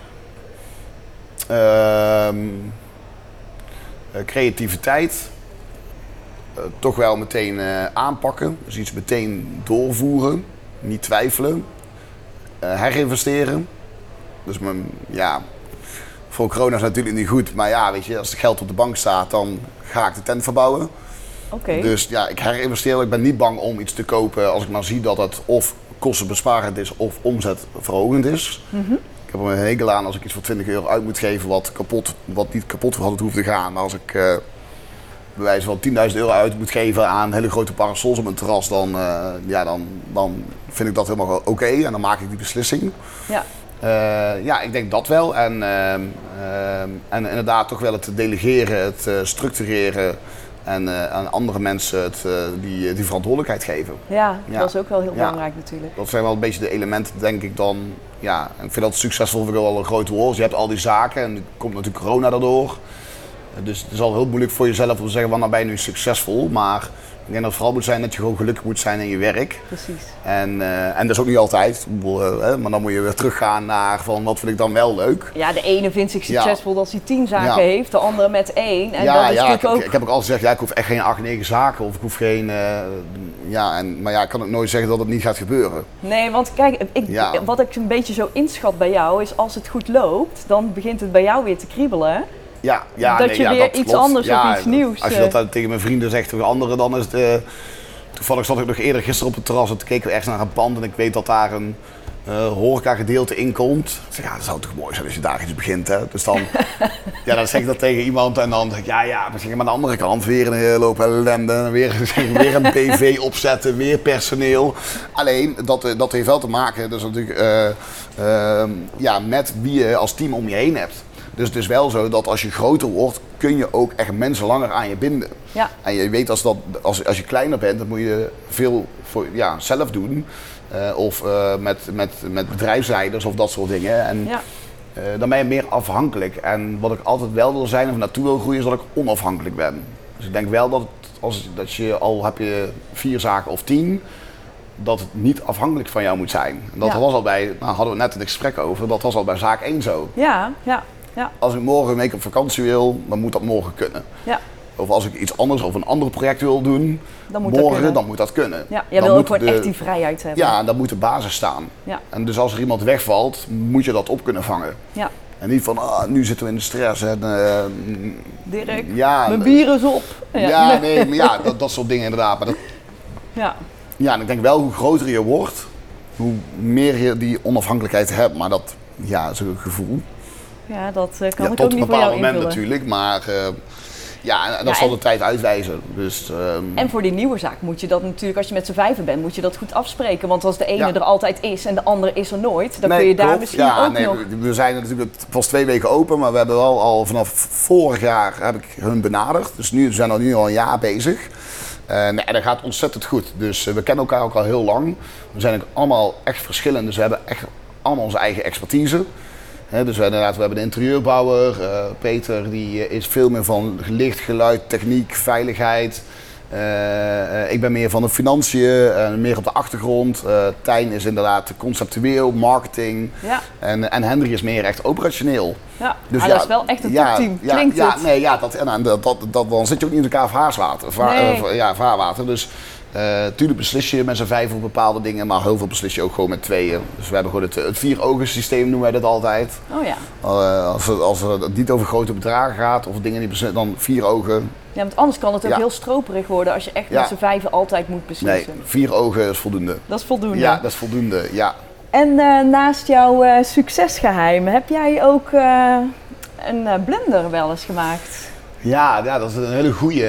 Creativiteit. Toch wel meteen aanpakken. Dus iets meteen doorvoeren. Niet twijfelen. Herinvesteren. Dus voor corona is het natuurlijk niet goed. Maar weet je, als het geld op de bank staat, dan ga ik de tent verbouwen. Okay. Dus ik herinvesteer. Ik ben niet bang om iets te kopen als ik maar zie dat het of kostenbesparend is of omzetverhogend is. Ik heb er een hekel aan als ik iets voor €20 uit moet geven wat niet kapot had hoeft te gaan. Maar als ik bij wijze van €10.000 uit moet geven aan hele grote parasols op een terras, dan vind ik dat helemaal oké en dan maak ik die beslissing. Ja. Ik denk dat wel. En inderdaad toch wel het delegeren, het structureren en aan andere mensen die verantwoordelijkheid geven. Ja, dat is ook wel heel belangrijk natuurlijk. Dat zijn wel een beetje de elementen, denk ik dan. Ja, en ik vind dat succesvol wel een groot woord. Dus je hebt al die zaken en er komt natuurlijk corona daardoor. Dus het is al heel moeilijk voor jezelf om te zeggen, van, nou ben je nu succesvol. Maar ik denk dat het vooral moet zijn dat je gewoon gelukkig moet zijn in je werk. Precies. En dat is ook niet altijd. Maar dan moet je weer teruggaan naar van wat vind ik dan wel leuk. Ja, de ene vindt zich succesvol als hij 10 zaken Ja. heeft, de andere met 1. En Ja, dat is natuurlijk ook... ik heb ook altijd gezegd, ik hoef echt geen 8, 9 zaken of ik hoef geen... maar ik kan ook nooit zeggen dat het niet gaat gebeuren. Nee, want kijk, wat ik een beetje zo inschat bij jou is als het goed loopt, dan begint het bij jou weer te kriebelen. Ja, dat je weer dat iets klopt. anders of iets nieuws... Als je dat dan tegen mijn vrienden zegt of anderen, dan is het... Toevallig zat ik nog eerder gisteren op het terras en toen keken we ergens naar een pand en ik weet dat daar een horeca gedeelte in komt. Ik zeg, dat zou toch mooi zijn als je daar iets begint, hè? Dus dan, dan zeg ik dat tegen iemand en dan zeg ik, maar aan de andere kant weer een hele hoop ellende, weer een BV opzetten, weer personeel. Alleen, dat heeft wel te maken, dus natuurlijk, met wie je als team om je heen hebt. Dus het is wel zo dat als je groter wordt, kun je ook echt mensen langer aan je binden. Ja. En je weet als je kleiner bent, dan moet je veel zelf doen. Of met bedrijfsleiders of dat soort dingen. En dan ben je meer afhankelijk. En wat ik altijd wel wil zijn of naartoe wil groeien, is dat ik onafhankelijk ben. Dus ik denk wel dat je al heb je 4 zaken of 10, dat het niet afhankelijk van jou moet zijn. En dat was al bij, hadden we net een gesprek over, dat was al bij zaak 1 zo. Ja. Als ik morgen een week op vakantie wil, dan moet dat morgen kunnen. Ja. Of als ik iets anders of een ander project wil doen, dan moet dat kunnen. Ja, jij wil ook gewoon echt die vrijheid hebben. Ja, dan moet de basis staan. Ja. En dus als er iemand wegvalt, moet je dat op kunnen vangen. Ja. En niet van, nu zitten we in de stress. En, Dirk, mijn bier is op. Dat soort dingen inderdaad. Maar en ik denk wel, hoe groter je wordt, hoe meer je die onafhankelijkheid hebt. Maar dat is een gevoel. Ja, dat kan ik ook niet voor jou invullen. Tot een bepaald moment natuurlijk, maar dat zal de tijd uitwijzen. Dus, En voor die nieuwe zaak moet je dat natuurlijk, als je met z'n 5 bent, moet je dat goed afspreken. Want als de ene er altijd is en de andere is er nooit, dan kun je daar misschien ook nog... We zijn natuurlijk pas 2 weken open, maar we hebben wel al vanaf vorig jaar heb ik hun benaderd. Dus we zijn al een jaar bezig. En dat gaat ontzettend goed. Dus we kennen elkaar ook al heel lang. We zijn ook allemaal echt verschillend, dus we hebben echt allemaal onze eigen expertise. Dus we hebben de interieurbouwer, Peter, die is veel meer van licht, geluid, techniek, veiligheid. Ik ben meer van de financiën, meer op de achtergrond. Tijn is inderdaad conceptueel, marketing. Ja. En Henry is meer echt operationeel. Ja, dus dat is wel echt een topteam. Klinkt het? Nee, dan zit je ook niet in elkaar vaarwater. Dus tuurlijk beslis je met z'n 5 op bepaalde dingen, maar heel veel beslis je ook gewoon met 2. Dus we hebben gewoon het 4-ogen systeem, noemen wij dat altijd. Oh ja. Als het niet over grote bedragen gaat of dingen die beslissen, dan 4 ogen. Ja, want anders kan het ook heel stroperig worden als je echt met z'n 5 altijd moet beslissen. Nee, 4 ogen is voldoende. Dat is voldoende? Ja, dat is voldoende, ja. En naast jouw succesgeheim, heb jij ook een blunder wel eens gemaakt? Ja, dat is een hele goeie.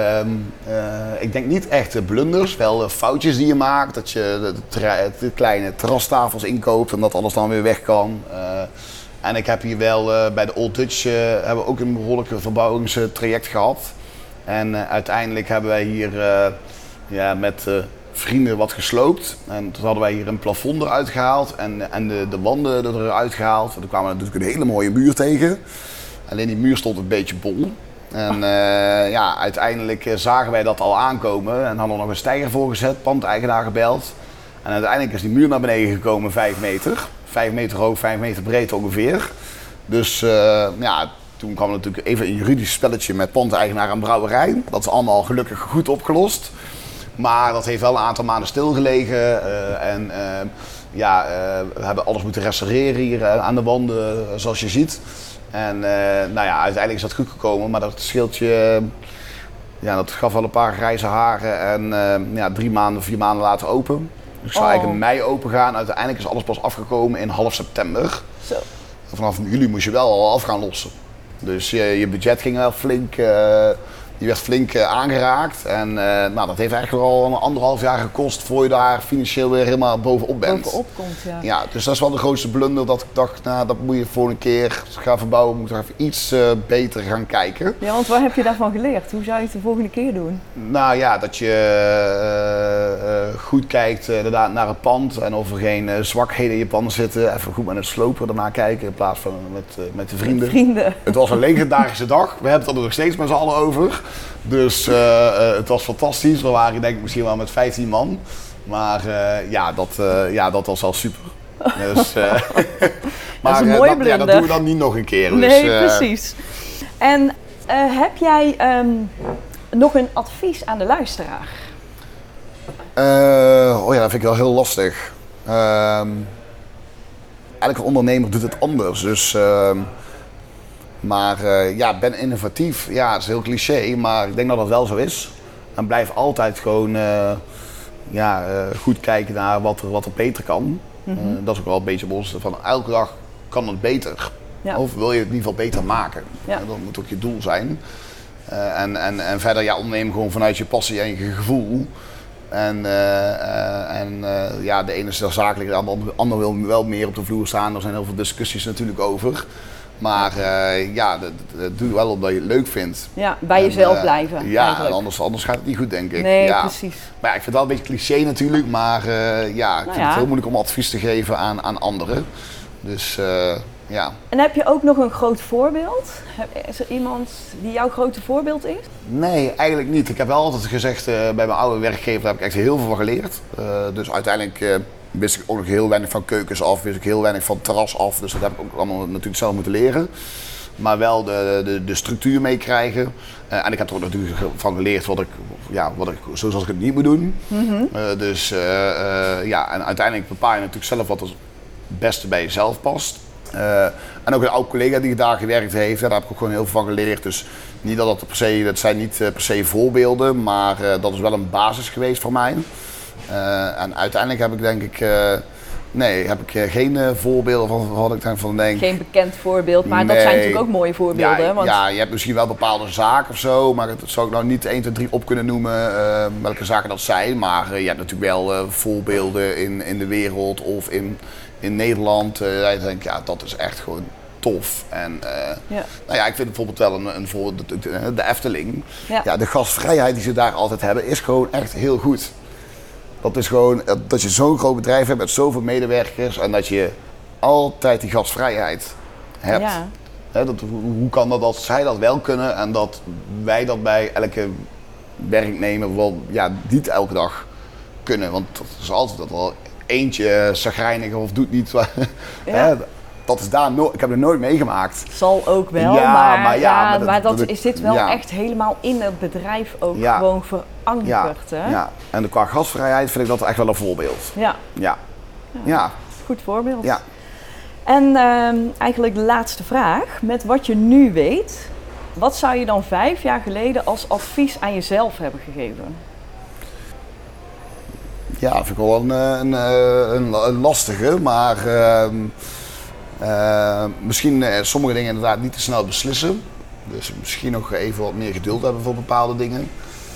Ik denk niet echt blunders, wel foutjes die je maakt. Dat je de kleine terrastafels inkoopt en dat alles dan weer weg kan. En ik heb hier wel bij de Old Dutch hebben we ook een behoorlijke verbouwingstraject gehad. En uiteindelijk hebben wij hier met vrienden wat gesloopt. En toen hadden wij hier een plafond eruit gehaald en de wanden eruit gehaald. Toen kwamen we natuurlijk een hele mooie muur tegen. Alleen die muur stond een beetje bol. En uiteindelijk zagen wij dat al aankomen en hadden we nog een steiger voorgezet, pandeigenaar gebeld. En uiteindelijk is die muur naar beneden gekomen, 5 meter. 5 meter hoog, 5 meter breed ongeveer. Dus toen kwam er natuurlijk even een juridisch spelletje met pandeigenaar en brouwerij. Dat is allemaal gelukkig goed opgelost. Maar dat heeft wel een aantal maanden stilgelegen. We hebben alles moeten restaureren hier aan de wanden, zoals je ziet. En uiteindelijk is dat goed gekomen, maar dat schildje, dat gaf wel een paar grijze haren en 3 maanden, 4 maanden later open. Dus ik zou eigenlijk in mei open gaan. Uiteindelijk is alles pas afgekomen in half september. Zo. Vanaf juli moest je wel al af gaan lossen. Dus je budget ging wel flink, die werd flink aangeraakt. En dat heeft eigenlijk al 1,5 jaar gekost voor je daar financieel weer helemaal bovenop bent. Bovenop komt, ja. Ja, dus dat is wel de grootste blunder dat ik dacht, dat moet je voor een keer gaan verbouwen, moet je even iets beter gaan kijken. Ja, want waar heb je daarvan geleerd? Hoe zou je het de volgende keer doen? Nou ja, dat je goed kijkt inderdaad naar het pand en of er geen zwakheden in je pand zitten. Even goed met het slopen daarna kijken in plaats van met de vrienden. Het was een legendarische dag. We hebben het er nog steeds met z'n allen over. Dus het was fantastisch. We waren denk ik misschien wel met 15 man. Maar dat was wel super. Dus, maar dat is een mooie dat doen we dan niet nog een keer. Nee, precies. En heb jij nog een advies aan de luisteraar? Dat vind ik wel heel lastig. Elke ondernemer doet het anders. Dus, ben innovatief. Ja, dat is heel cliché, maar ik denk dat dat wel zo is. En blijf altijd gewoon goed kijken naar wat er beter kan. Mm-hmm. Dat is ook wel een beetje ons van elke dag kan het beter. Ja. Of wil je het in ieder geval beter maken. Ja. Dat moet ook je doel zijn. En verder ondernemen gewoon vanuit je passie en je gevoel. De ene is zakelijk, de ander wil wel meer op de vloer staan. Er zijn heel veel discussies natuurlijk over. Maar doe wel omdat je het leuk vindt. Ja, bij jezelf blijven. Ja, en anders gaat het niet goed, denk ik. Nee, precies. Maar ik vind het wel een beetje cliché natuurlijk. Maar ik vind het heel moeilijk om advies te geven aan anderen. Dus ja. En heb je ook nog een groot voorbeeld? Is er iemand die jouw grote voorbeeld is? Nee, eigenlijk niet. Ik heb wel altijd gezegd, bij mijn oude werkgever daar heb ik echt heel veel van geleerd. Dus uiteindelijk wist ik ook nog heel weinig van keukens af, wist ik heel weinig van terras af. Dus dat heb ik ook allemaal natuurlijk zelf moeten leren. Maar wel de structuur meekrijgen. En ik heb er ook natuurlijk van geleerd wat ik zoals ik het niet moet doen. Mm-hmm. En uiteindelijk bepaal je natuurlijk zelf wat het beste bij jezelf past. En ook een oud collega die daar gewerkt heeft, daar heb ik ook gewoon heel veel van geleerd. Dus niet dat zijn niet per se voorbeelden, maar dat is wel een basis geweest voor mij. En uiteindelijk heb ik denk ik, geen voorbeelden van wat ik daarvan denk. Geen bekend voorbeeld, maar dat zijn natuurlijk ook mooie voorbeelden. Ja, je hebt misschien wel bepaalde zaken of zo, maar dat zou ik nou niet 1, 2, 3 op kunnen noemen welke zaken dat zijn. Maar je hebt natuurlijk wel voorbeelden in de wereld of in Nederland. Ik denk, dat is echt gewoon tof. En ik vind bijvoorbeeld wel een voorbeeld, de Efteling. Ja, de gastvrijheid die ze daar altijd hebben is gewoon echt heel goed. Dat is gewoon dat je zo'n groot bedrijf hebt met zoveel medewerkers en dat je altijd die gastvrijheid hebt. Ja. Hoe kan dat als zij dat wel kunnen en dat wij dat bij elke werknemer wel niet elke dag kunnen? Want dat is altijd dat wel eentje chagrijnig of doet niet. Dat is daar ik heb het nooit meegemaakt. Zal ook wel, maar dat zit wel echt helemaal in het bedrijf ook gewoon verankerd. Ja. En qua gastvrijheid vind ik dat echt wel een voorbeeld. Ja. Goed voorbeeld. Ja. En eigenlijk de laatste vraag. Met wat je nu weet, wat zou je dan 5 jaar geleden als advies aan jezelf hebben gegeven? Ja, dat vind ik wel een lastige, maar misschien sommige dingen inderdaad niet te snel beslissen. Dus misschien nog even wat meer geduld hebben voor bepaalde dingen.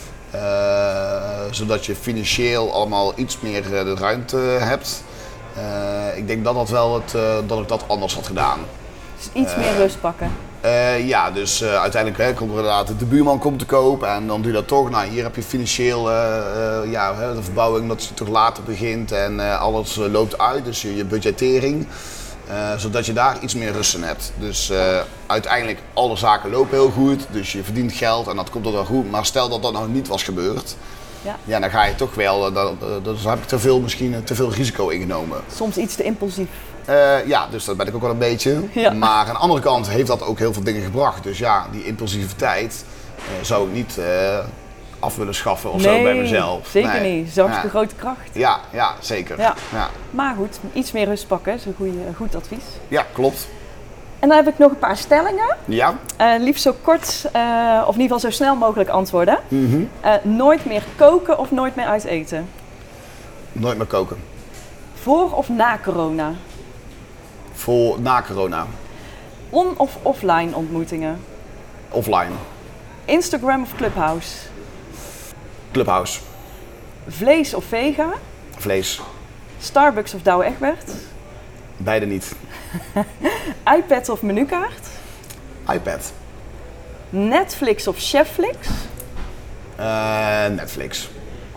Zodat je financieel allemaal iets meer de ruimte hebt. Ik denk dat ik dat anders had gedaan. Dus iets meer rust pakken. Dus uiteindelijk komt er inderdaad de buurman komt te koop en dan doe je dat toch. Nou, hier heb je financieel de verbouwing dat je toch later begint en alles loopt uit, dus je budgettering. Zodat je daar iets meer rust in hebt. Dus uiteindelijk alle zaken lopen heel goed, dus je verdient geld en dat komt er wel goed. Maar stel dat dat nou niet was gebeurd, dan ga je toch wel, dan heb ik te veel risico ingenomen. Soms iets te impulsief. Dus dat ben ik ook wel een beetje. Ja. Maar aan de andere kant heeft dat ook heel veel dingen gebracht. Dus die impulsiviteit zou ik niet af willen schaffen of zo bij mezelf. Zeker niet. Zorg voor grote kracht. Ja, zeker. Ja. Maar goed, iets meer rust pakken is een goed advies. Ja, klopt. En dan heb ik nog een paar stellingen. Ja. Liefst zo kort, of in ieder geval zo snel mogelijk antwoorden. Mm-hmm. Nooit meer koken of nooit meer uit eten? Nooit meer koken. Voor of na corona? Na corona. On- of offline ontmoetingen? Offline. Instagram of Clubhouse? Clubhouse. Vlees of vega? Vlees. Starbucks of Douwe Egberts? Beide niet. iPad of menukaart? iPad. Netflix of Chefflix? Netflix.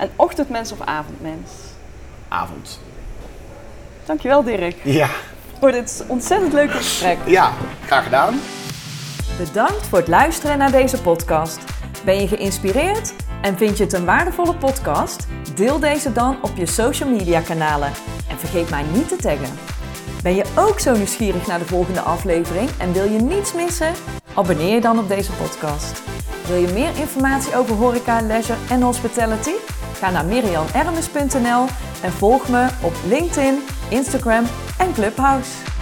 Een ochtendmens of avondmens? Avond. Dankjewel Dirk Ja. voor dit ontzettend leuke gesprek. Ja, graag gedaan. Bedankt voor het luisteren naar deze podcast. Ben je geïnspireerd en vind je het een waardevolle podcast? Deel deze dan op je social media kanalen en vergeet mij niet te taggen. Ben je ook zo nieuwsgierig naar de volgende aflevering en wil je niets missen? Abonneer je dan op deze podcast. Wil je meer informatie over horeca, leisure en hospitality? Ga naar mirianermes.nl en volg me op LinkedIn, Instagram en Clubhouse.